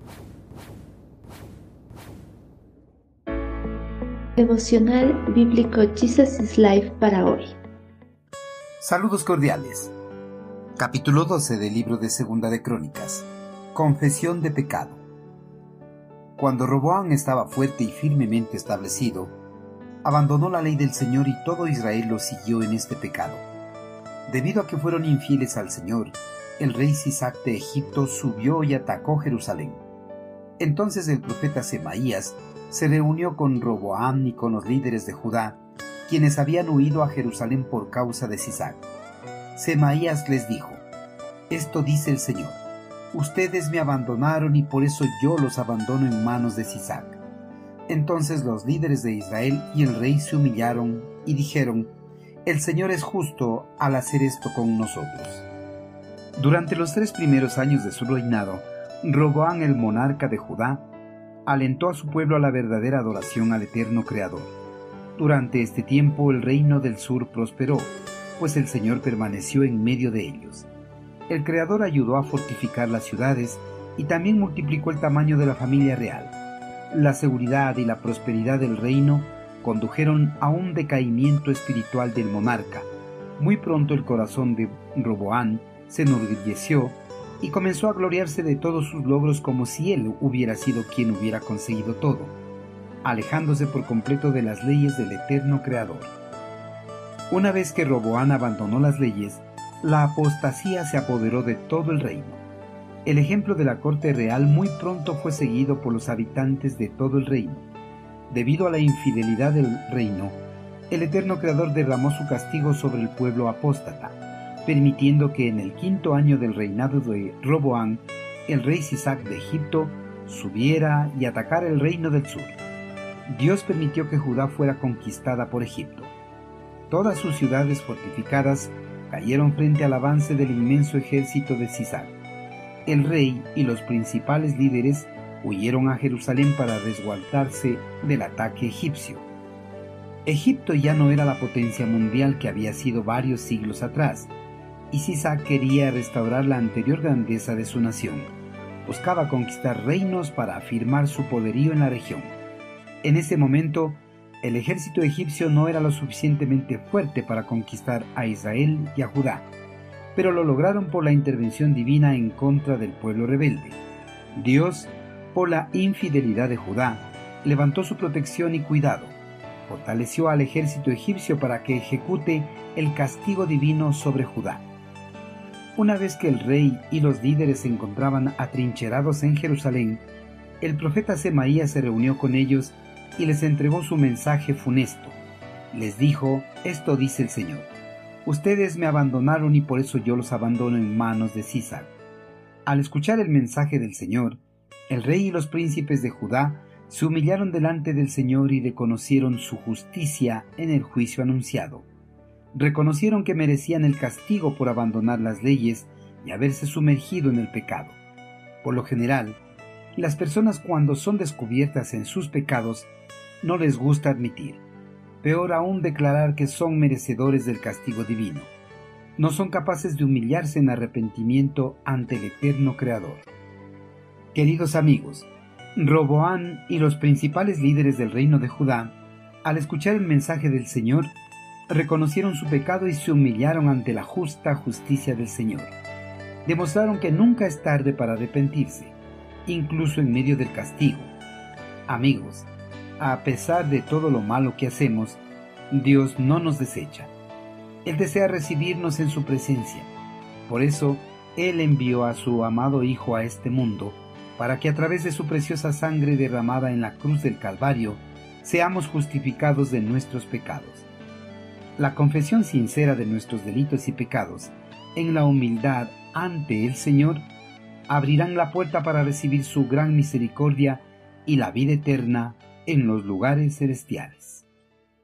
Devocional Bíblico Jesus is Life para hoy. Saludos cordiales. Capítulo 12 del libro de Segunda de Crónicas. Confesión de pecado. Cuando Roboam estaba fuerte y firmemente establecido, abandonó la ley del Señor y todo Israel lo siguió en este pecado. Debido a que fueron infieles al Señor, el rey Sisac de Egipto subió y atacó Jerusalén. Entonces el profeta Semaías se reunió con Roboam y con los líderes de Judá, quienes habían huido a Jerusalén por causa de Sisac. Semaías les dijo: «Esto dice el Señor: ustedes me abandonaron y por eso yo los abandono en manos de Sisac». Entonces los líderes de Israel y el rey se humillaron y dijeron: «El Señor es justo al hacer esto con nosotros». Durante los 3 primeros años de su reinado, Roboam, el monarca de Judá, alentó a su pueblo a la verdadera adoración al eterno Creador. Durante este tiempo el reino del sur prosperó, pues el Señor permaneció en medio de ellos. El Creador ayudó a fortificar las ciudades y también multiplicó el tamaño de la familia real. La seguridad y la prosperidad del reino condujeron a un decaimiento espiritual del monarca. Muy pronto el corazón de Roboam se enorgulleció y comenzó a gloriarse de todos sus logros como si él hubiera sido quien hubiera conseguido todo, alejándose por completo de las leyes del eterno Creador. Una vez que Roboam abandonó las leyes, la apostasía se apoderó de todo el reino. El ejemplo de la corte real muy pronto fue seguido por los habitantes de todo el reino. Debido a la infidelidad del reino, el eterno Creador derramó su castigo sobre el pueblo apóstata, permitiendo que en el 5º año del reinado de Roboam, el rey Sisac de Egipto subiera y atacara el reino del sur. Dios permitió que Judá fuera conquistada por Egipto. Todas sus ciudades fortificadas cayeron frente al avance del inmenso ejército de Sisac. El rey y los principales líderes huyeron a Jerusalén para resguardarse del ataque egipcio. Egipto ya no era la potencia mundial que había sido varios siglos atrás, y Sisac quería restaurar la anterior grandeza de su nación. Buscaba conquistar reinos para afirmar su poderío en la región. En ese momento, el ejército egipcio no era lo suficientemente fuerte para conquistar a Israel y a Judá, pero lo lograron por la intervención divina en contra del pueblo rebelde. Dios, por la infidelidad de Judá, levantó su protección y cuidado. Fortaleció al ejército egipcio para que ejecute el castigo divino sobre Judá. Una vez que el rey y los líderes se encontraban atrincherados en Jerusalén, el profeta Semaías se reunió con ellos y les entregó su mensaje funesto. Les dijo: «Esto dice el Señor: ustedes me abandonaron y por eso yo los abandono en manos de Sisac». Al escuchar el mensaje del Señor, el rey y los príncipes de Judá se humillaron delante del Señor y reconocieron su justicia en el juicio anunciado. Reconocieron que merecían el castigo por abandonar las leyes y haberse sumergido en el pecado. Por lo general, las personas, cuando son descubiertas en sus pecados, no les gusta admitir, peor aún declarar que son merecedores del castigo divino. No son capaces de humillarse en arrepentimiento ante el eterno Creador. Queridos amigos, Roboam y los principales líderes del reino de Judá, al escuchar el mensaje del Señor, reconocieron su pecado y se humillaron ante la justa justicia del Señor. Demostraron que nunca es tarde para arrepentirse, incluso en medio del castigo. Amigos, a pesar de todo lo malo que hacemos, Dios no nos desecha. Él desea recibirnos en su presencia. Por eso, Él envió a su amado Hijo a este mundo, para que a través de su preciosa sangre derramada en la cruz del Calvario, seamos justificados de nuestros pecados. La confesión sincera de nuestros delitos y pecados, en la humildad ante el Señor, abrirán la puerta para recibir su gran misericordia y la vida eterna en los lugares celestiales.